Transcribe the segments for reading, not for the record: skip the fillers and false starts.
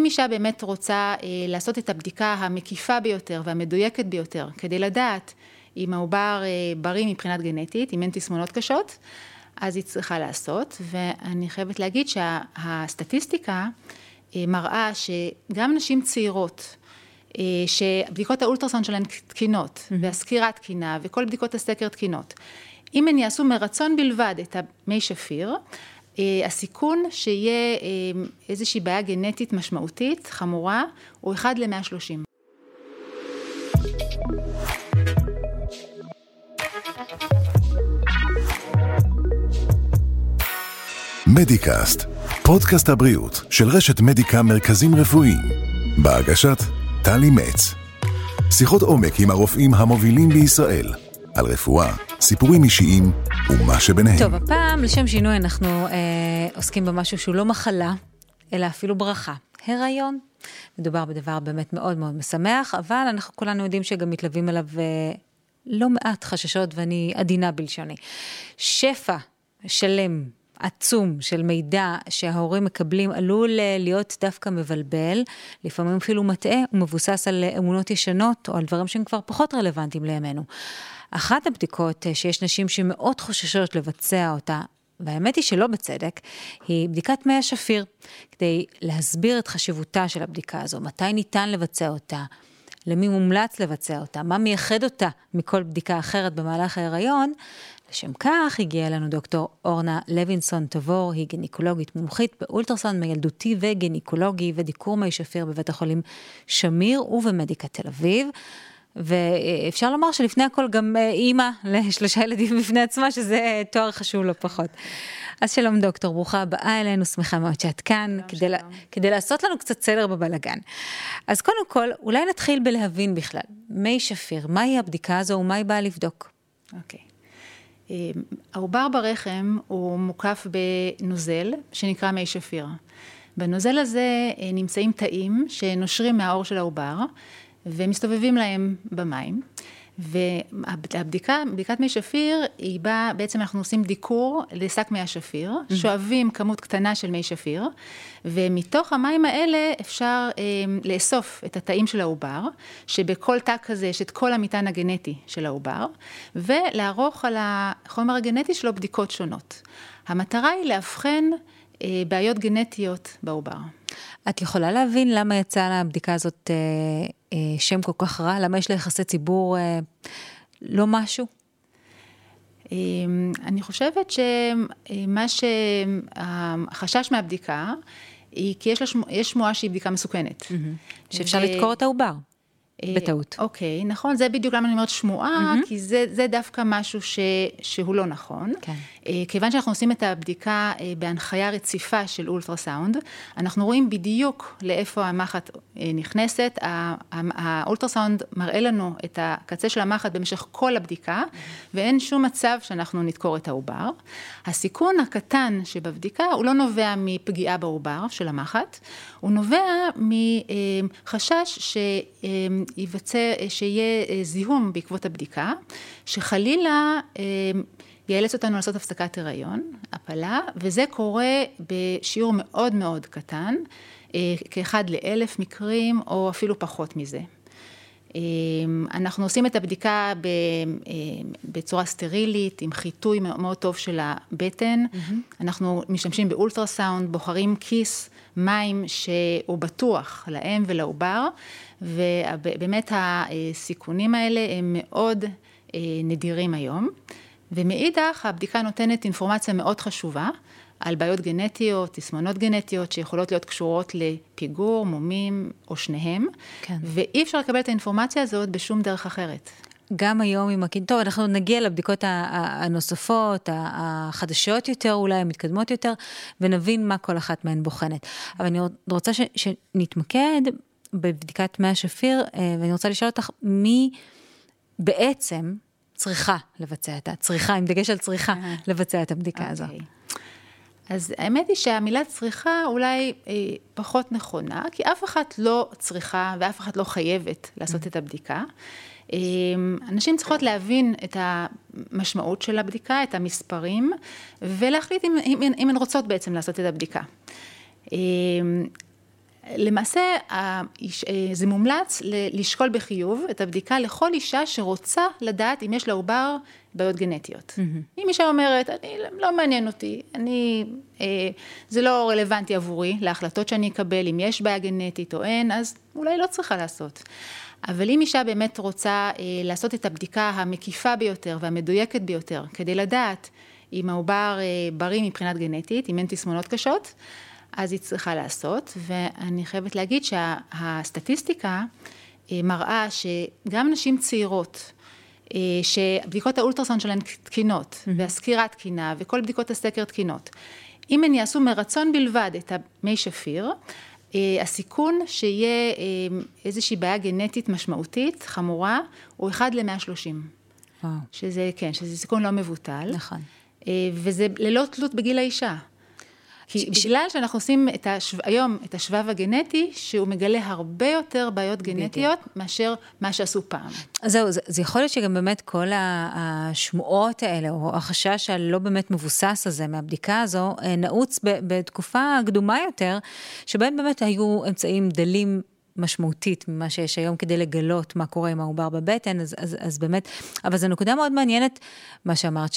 אם אישה באמת רוצה לעשות את הבדיקה המקיפה ביותר והמדויקת ביותר, כדי לדעת אם העובר בריא מבחינת גנטית, אם אין תסמונות קשות, אז היא צריכה לעשות, ואני חייבת להגיד שהסטטיסטיקה מראה שגם נשים צעירות, שבדיקות האולטרסאונד שלהן תקינות, והסקירה תקינה, וכל בדיקות הסקר תקינות, אם הן יעשו מרצון בלבד את מי שפיר, הסיכון שיהיה איזושהי בעיה גנטית משמעותית, חמורה, הוא 1 ל-130. מדיקאסט, פודקאסט הבריאות של רשת מדיקה מרכזים רפואיים, בהגשת טלי מצ. שיחות עומק עם הרופאים המובילים בישראל, על רפואה, סיפורים אישיים ומה שביניהם. טוב, הפעם לשם שינוי אנחנו עוסקים במשהו שהוא לא מחלה, אלא אפילו ברכה. הריון. מדובר בדבר באמת מאוד מאוד משמח, אבל אנחנו כולנו יודעים שגם מתלווים אליו לא מעט חששות, ואני עדינה בלשוני. שפע שלם, עצום של מידע שההורים מקבלים עלול להיות דווקא מבלבל, לפעמים אפילו מטעה ומבוסס על אמונות ישנות או על דברים שהם כבר פחות רלוונטיים לימינו. אחת הבדיקות שיש נשים שמאוד חוששות לבצע אותה, והאמת היא שלא בצדק, היא בדיקת מי השפיר, כדי להסביר את חשיבותה של הבדיקה הזו, מתי ניתן לבצע אותה, למי מומלץ לבצע אותה, מה מייחד אותה מכל בדיקה אחרת במהלך ההיריון. לשם כך הגיעה לנו דוקטור אורנה לוינסון תבור, היא גניקולוגית מומחית באולטרסאונד מילדותי וגניקולוגי ודיקור מי שפיר בבית החולים שמיר ובמדיקה תל אביב. ואפשר לומר שלפני הכל גם אימא ל3 ילדים בפני עצמה, שזה תואר חשוב לא פחות. אז שלום דוקטור, ברוכה הבאה אלינו, שמחה מאוד שאת כאן, כדי לעשות לנו קצת סדר בבלגן. אז קודם כל, אולי נתחיל בלהבין בכלל, מי שפיר, מהי הבדיקה הזו ומה היא באה לבדוק? אוקיי. העובר ברחם הוא מוקף בנוזל שנקרא מי שפיר. בנוזל הזה נמצאים תאים שנושרים מהאור של העובר, ומסתובבים להם במים, בדיקת מי שפיר היא באה, בעצם אנחנו עושים דיקור לשק מי השפיר, שואבים כמות קטנה של מי שפיר, ומתוך המים האלה אפשר לאסוף את התאים של העובר, שבכל תא כזה יש את כל המטען הגנטי של העובר, ולערוך על החומר הגנטי שלו בדיקות שונות. המטרה היא להבחן בעיות גנטיות בעובר. את יכולה להבין למה יצאה לבדיקה הזאת שם כל כך רע? למה יש לה יחסי ציבור לא משהו? אני חושבת שמה שהחשש מהבדיקה היא כי יש שמועה שהיא בדיקה מסוכנת. שאפשר לדקור את העובר. בטעות. אוקיי, נכון, זה בדיוק למה אני אומרת שמועה, כי זה דווקא משהו שהוא לא נכון. כיוון שאנחנו עושים את הבדיקה בהנחיה רציפה של אולטרסאונד, אנחנו רואים בדיוק לאיפה המחט נכנסת, האולטרסאונד מראה לנו את הקצה של המחט במשך כל הבדיקה, ואין שום מצב שאנחנו נדקור את העובר. הסיכון הקטן שבבדיקה הוא לא נובע מפגיעה בעובר של המחט, הוא נובע מחשש שיהיה זיהום בעקבות הבדיקה, שחלילה יאלץ אותנו לעשות הפסקת הריון, הפלה, וזה קורה בשיעור מאוד מאוד קטן, כ1 ל1000 מקרים, או אפילו פחות מזה. אנחנו עושים את הבדיקה בצורה סטרילית, עם חיטוי מאוד טוב של הבטן, אנחנו משתמשים באולטרסאונד, בוחרים כיס מים שהוא בטוח לאם ולעובר, ובאמת הסיכונים האלה הם מאוד נדירים היום, ומאידך הבדיקה נותנת אינפורמציה מאוד חשובה, על בעיות גנטיות, תסמונות גנטיות, שיכולות להיות קשורות לפיגור, מומים או שניהם, כן. ואי אפשר לקבל את האינפורמציה הזאת בשום דרך אחרת. גם היום עם טוב, אנחנו נגיע לבדיקות הנוספות, החדשות יותר, אולי המתקדמות יותר, ונבין מה כל אחת מהן בוחנת. אבל אני רוצה שנתמקד בבדיקת מי השפיר, ואני רוצה לשאול אותך, מי בעצם צריכה לבצע את צריכה, עם דגש על צריכה, לבצע את הבדיקה הזו. אז האמת היא שהמילה צריכה אולי פחות נכונה, כי אף אחת לא צריכה ואף אחת לא חייבת לעשות את הבדיקה. אנשים צריכות להבין את המשמעות של הבדיקה, את המספרים, ולהחליט אם הן רוצות בעצם לעשות את הבדיקה. למעשה, זה מומלץ לשקול בחיוב את הבדיקה לכל אישה שרוצה לדעת אם יש לעובר בעיות גנטיות. אם אישה אומרת, לא מעניין אותי, זה לא רלוונטי עבורי להחלטות שאני אקבל, אם יש בעיה גנטית או אין, אז אולי לא צריכה לעשות. אבל אם אישה באמת רוצה לעשות את הבדיקה המקיפה ביותר והמדויקת ביותר, כדי לדעת אם העובר בריא מבחינת גנטית, אם אין תסמונות קשות, אז היא צריכה לעשות, ואני חייבת להגיד שהסטטיסטיקה מראה שגם נשים צעירות, שבדיקות האולטרסאונד שלהן תקינות, והסקירה תקינה, וכל בדיקות הסקר תקינות, אם הן יעשו מרצון בלבד את מי שפיר, הסיכון שיהיה איזושהי בעיה גנטית משמעותית, חמורה, הוא 1/130. שזה, כן, שזה סיכון לא מבוטל. נכון. וזה ללא תלות בגיל האישה. כי בגלל שאנחנו עושים היום את השבב הגנטי, שהוא מגלה הרבה יותר בעיות גנטיות מאשר מה שעשו פעם. אז זהו, זה יכול להיות שגם באמת כל השמועות האלה, או החשש הלא באמת מבוסס הזה מהבדיקה הזו, נעוץ בתקופה קדומה יותר, שבהם באמת היו אמצעים דלים משמעותית ממה שיש היום כדי לגלות מה קורה עם העובר בבטן, אז באמת, אבל זו נקודה מאוד מעניינת, מה שאמרת,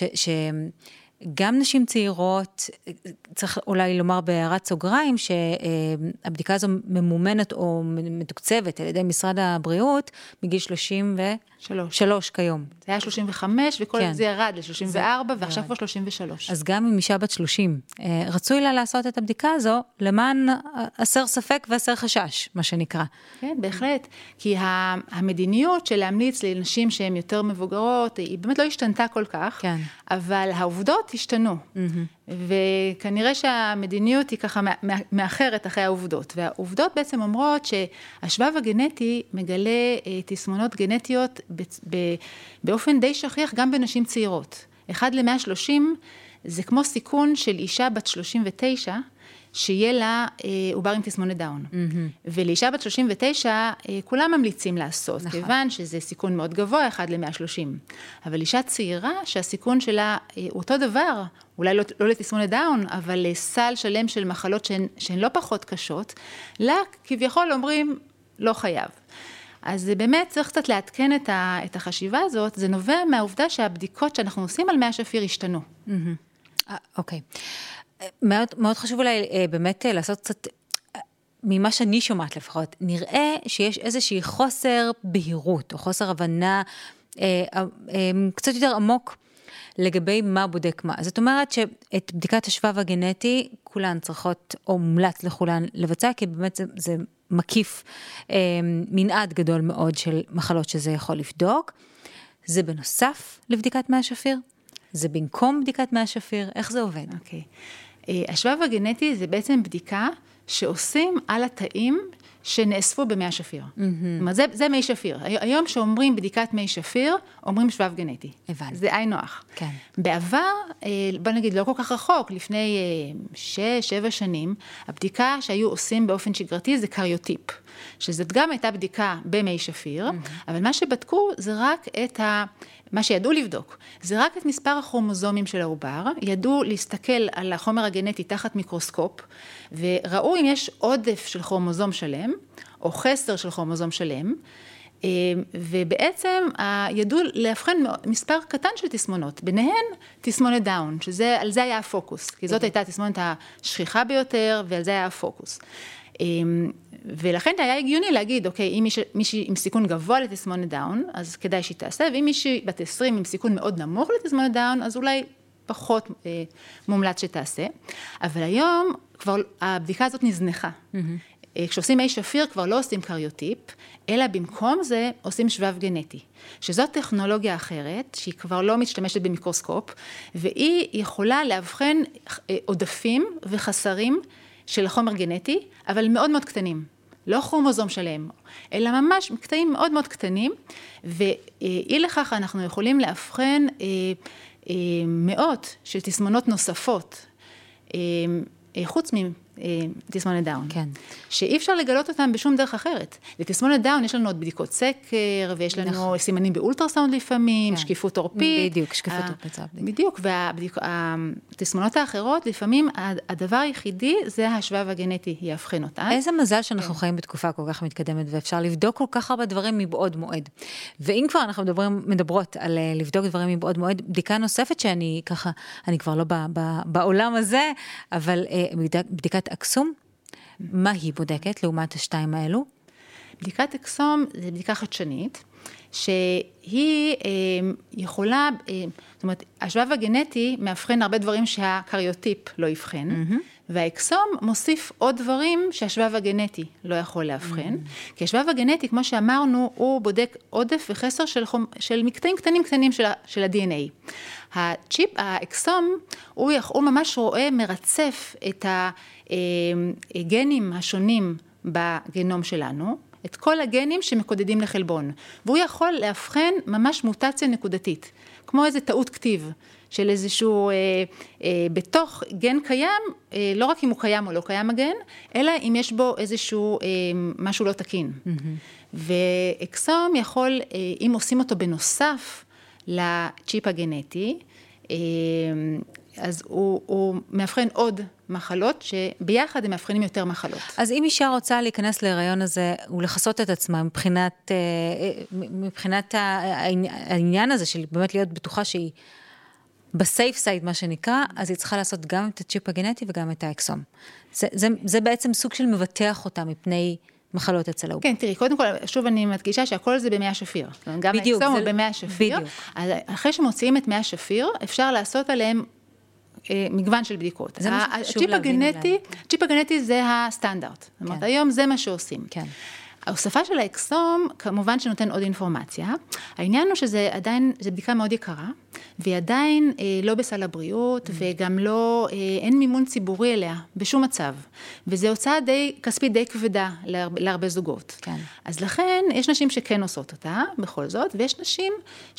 גם נשים צעירות, צריך אולי לומר בהערת סוגריים, שהבדיקה הזו ממומנת או מתוקצבת על ידי משרד הבריאות, מגיל 33 כיום. זה היה 35, וכל זה ירד ל-34, ועכשיו כבר 33. אז גם עם אישה בת 30, רצוי לה לעשות את הבדיקה הזו, למען הסר ספק והסר חשש, מה שנקרא. כן, בהחלט. כי המדיניות של להמליץ לנשים שהן יותר מבוגרות, היא באמת לא השתנתה כל כך, אבל העובדות השתנו. וכנראה שהמדיניות היא ככה מאחרת אחרי העובדות. והעובדות בעצם אומרות שהשבב הגנטי מגלה תסמונות גנטיות באופן די שכיח גם בנשים צעירות. 1/130 זה כמו סיכון של אישה בת 39, שיהיה לה עובר עם תסמונת דאון. ולאישה בת 39, כולם ממליצים לעשות, כיוון שזה סיכון מאוד גבוה, 1/130. אבל אישה צעירה, שהסיכון שלה הוא אותו דבר, אולי לא לתסמונת דאון, אבל לסל שלם של מחלות שהן לא פחות קשות, לה כביכול אומרים, לא חייב. אז זה באמת צריך קצת לעדכן את החשיבה הזאת, זה נובע מהעובדה שהבדיקות שאנחנו עושים על מי השפיר השתנו. אוקיי. מאוד, מאוד חשוב אולי באמת לעשות קצת, ממה שאני שומעת לפחות, נראה שיש איזושהי חוסר בהירות, או חוסר הבנה קצת יותר עמוק, לגבי מה בודק מה. זאת אומרת שאת בדיקת השבב הגנטי, כולן צריכות, או מומלץ לכולן לבצע, כי באמת זה מקיף מנעד גדול מאוד של מחלות שזה יכול לבדוק. זה בנוסף לבדיקת מי השפיר? זה במקום בדיקת מי השפיר? איך זה עובד? אוקיי. השבב הגנטי זה בעצם בדיקה שעושים על התאים שנאספו במי השפיר. זאת אומרת, זה מי שפיר. היום שאומרים בדיקת מי שפיר, אומרים שבב גנטי. הבנתי. זה עין נוח. כן. בעבר, בוא נגיד, לא כל כך רחוק, לפני 6-7 שנים, הבדיקה שהיו עושים באופן שגרתי זה קריוטיפ, שזאת גם הייתה בדיקה במי שפיר, אבל מה שבדקו זה רק מה שידעו לבדוק, זה רק את מספר הכרומוזומים של העובר, ידעו להסתכל על החומר הגנטי תחת מיקרוסקופ, וראו אם יש עודף של כרומוזום שלם, או חסר של כרומוזום שלם, ובעצם ידעו להבחן מספר קטן של תסמונות, ביניהן תסמונת דאון, על זה היה הפוקוס, כי זאת הייתה התסמונת השכיחה ביותר, ועל זה היה הפוקוס. ולכן היה הגיוני להגיד, אוקיי, אם מישהי עם סיכון גבוה לתסמונת דאון, אז כדאי שהיא תעשה, ואם מישהי בת 20 עם סיכון מאוד נמוך לתסמונת דאון, אז אולי פחות מומלץ שתעשה. אבל היום כבר הבדיקה הזאת נזנחה. כשעושים מי שפיר כבר לא עושים קריוטיפ, אלא במקום זה עושים שבב גנטי, שזאת טכנולוגיה אחרת, שהיא כבר לא משתמשת במיקרוסקופ, והיא יכולה להבחן עודפים וחסרים של החומר גנטי, אבל מאוד מאוד קטנים, לא כרומוזום שלהם, אלא ממש קטעים מאוד מאוד קטנים, ואי לכך אנחנו יכולים להבחן מאות של תסמונות נוספות, חוץ תסמונת דאון. כן. שאי אפשר לגלות אותם בשום דרך אחרת. לתסמונת דאון יש לנו עוד בדיקות סקר, ויש לנו סימנים באולטרסאונד לפעמים, שקיפות עורפית. בדיוק, שקיפות עורפית. בדיוק, והתסמונות האחרות, לפעמים הדבר היחידי זה השבב הגנטי יאבחן אותן. איזה מזל שאנחנו חיים בתקופה כל כך מתקדמת, ואפשר לבדוק כל כך הרבה דברים מבעוד מועד. ואם כבר אנחנו מדברות על לבדוק דברים מבעוד מועד, בדיקה נוספת שאני ככה, אני כבר לא בעולם הזה, אבל בדיקת אקסום, מה היא בודקת לעומת השתיים האלו? בדיקת אקסום זה בדיקה חדשנית, שהיא יכולה, זאת אומרת, השבב הגנטי מאבחן הרבה דברים שהקריוטיפ לא יבחן, והאקסום מוסיף עוד דברים שהשבב הגנטי לא יכול להבחן, כי השבב הגנטי, כמו שאמרנו, הוא בודק עודף וחסר של מקטעים קטנים של ה-DNA. הצ'יפ, האקסום, הוא ממש רואה, מרצף את הגנים השונים בגנום שלנו, את כל הגנים שמקודדים לחלבון, והוא יכול להבחן ממש מוטציה נקודתית, כמו איזה טעות כתיב, של איזשהו, בתוך גן קיים, לא רק אם הוא קיים או לא קיים הגן, אלא אם יש בו איזשהו משהו לא תקין. ואקסום יכול, אם עושים אותו בנוסף לצ'יפ הגנטי, אז הוא מאבחן עוד מחלות, שביחד הם מאבחנים יותר מחלות. אז אם אישה רוצה להיכנס להיריון הזה, ולחסות את עצמה, מבחינת העניין הזה, של באמת להיות בטוחה שהיא בסייף סייד, מה שנקרא, אז היא צריכה לעשות גם את הצ'יפ הגנטי, וגם את האקסום. זה בעצם סוג של מבטח אותה, מפני מחלות אצל העובר. כן, תראי, קודם כל, שוב אני מדגישה שהכל זה במי השפיר. גם האקסום הוא במי השפיר. אז אחרי שמוציאים את מי השפיר, אפשר לעשות עליהם מגוון של בדיקות. זה מה שחשוב להבין. הצ'יפ הגנטי זה הסטנדרט. זאת אומרת, היום זה מה שעושים. כן. ההוספה של האקסום, כמובן שנותן עוד אינפורמציה. העניין הוא שזה עדיין, זו בדיקה מאוד יקרה, והיא עדיין לא בסל הבריאות, וגם לא, אין מימון ציבורי אליה, בשום מצב. וזו הוצאה כספית די כבדה להרבה זוגות. כן. אז לכן, יש נשים שכן עושות אותה, בכל זאת, ויש נשים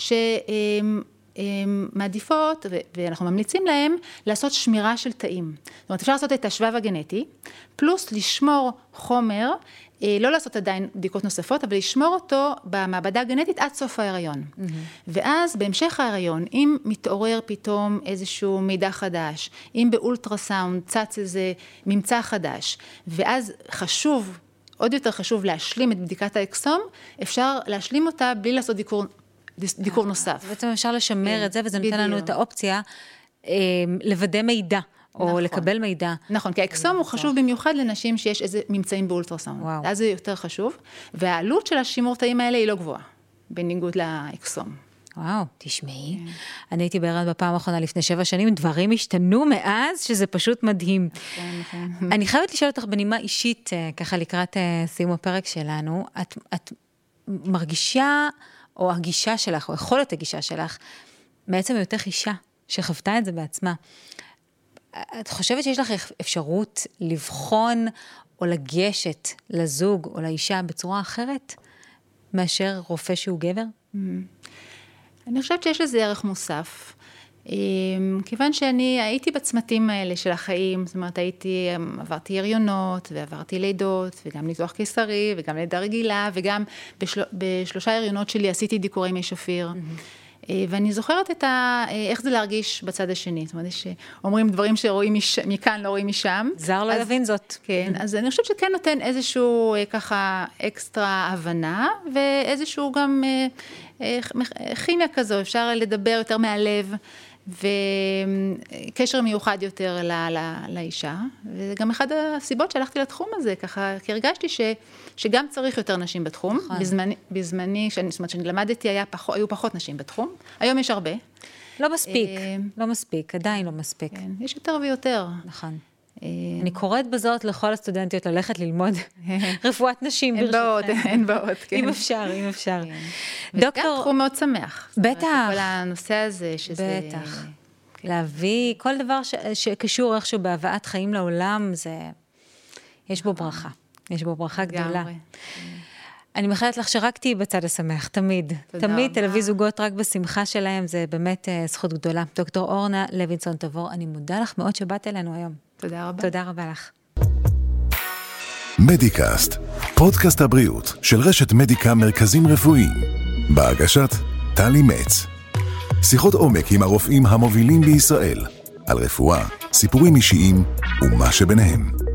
מעדיפות, ואנחנו ממליצים להם, לעשות שמירה של תאים. זאת אומרת, אפשר לעשות את השבב הגנטי, פלוס לשמור חומר, לא לעשות עדיין בדיקות נוספות, אבל לשמור אותו במעבדה הגנטית עד סוף ההיריון. ואז בהמשך ההיריון, אם מתעורר פתאום איזשהו מידע חדש, אם באולטרסאונד צץ איזה ממצא חדש, ואז חשוב, עוד יותר חשוב להשלים את בדיקת האקסום, אפשר להשלים אותה בלי לעשות דיקור נוסף. בעצם אפשר לשמר את זה, וזה נותן לנו את האופציה לוודא מידע. או לקבל מידע. נכון, כי האקסום הוא חשוב במיוחד לנשים שיש איזה ממצאים באולטרסאונד. אז זה יותר חשוב, והעלות של השימור תאים האלה היא לא גבוהה, בניגוד לאקסום. וואו, תשמעי. אני הייתי בהיריון בפעם האחרונה לפני 7 שנים, דברים השתנו מאז, שזה פשוט מדהים. אני חייבת לשאול אותך בנימה אישית, ככה לקראת סיום הפרק שלנו, את מרגישה, או הגישה שלך, או יכולת הגישה שלך, בעצם יותר אישה, שחוותה את זה בעצמה. את חושבת שיש לך אפשרות לבחון או לגשת לזוג או לאישה בצורה אחרת מאשר רופא שהוא גבר? אני חושבת שיש לזה ערך מוסף. כיוון שאני הייתי בצמתים האלה של החיים, זאת אומרת, עברתי הריונות ועברתי לידות וגם ניתוח קיסרי וגם לידה רגילה וגם בשלושה הריונות שלי עשיתי דיקורי מי שפיר. ואני זוכרת איך זה להרגיש בצד השני. זאת אומרת, שאומרים דברים שרואים מכאן, לא רואים משם. זר לא יבין זאת. כן, אז אני חושבת שכן נותן איזשהו ככה אקסטרה הבנה, ואיזשהו גם כימיה כזו, אפשר לדבר יותר מהלב, וקשר מיוחד יותר לאישה. וזה גם אחד הסיבות שהלכתי לתחום הזה, ככה, כי הרגשתי שגם צריך יותר נשים בתחום. בזמני, זאת אומרת, שאני למדתי, היו פחות נשים בתחום. היום יש הרבה. לא מספיק, לא מספיק, עדיין לא מספיק. כן, יש יותר ויותר. נכון. אני קוראת בזאת לכל הסטודנטיות ללכת ללמוד רפואת נשים ברשותכם. אין בעוד, כן. אם אפשר, אם אפשר. וגם תחום מאוד שמח. בטח. כל הנושא הזה שזה... בטח. להביא כל דבר שקשור איכשהו בהבאת חיים לעולם, יש בו ברכה. יש בו ברכה גדולה. אני מאחלת לך שרק תהיי בצד השמח, תמיד. תמיד תלווי זוגות רק בשמחה שלהם, זה באמת זכות גדולה. דוקטור אורנה לוינסון תבור, אני מודה לך מאוד שבאת אלינו היום. תודה רבה. תודה רבה לך. מדיקאסט, פודקאסט הבריאות של רשת מדיקה מרכזים רפואיים. בהגשת טלי מצ. שיחות עומק עם הרופאים המובילים בישראל, על רפואה, סיפורים אישיים ומה שביניהם.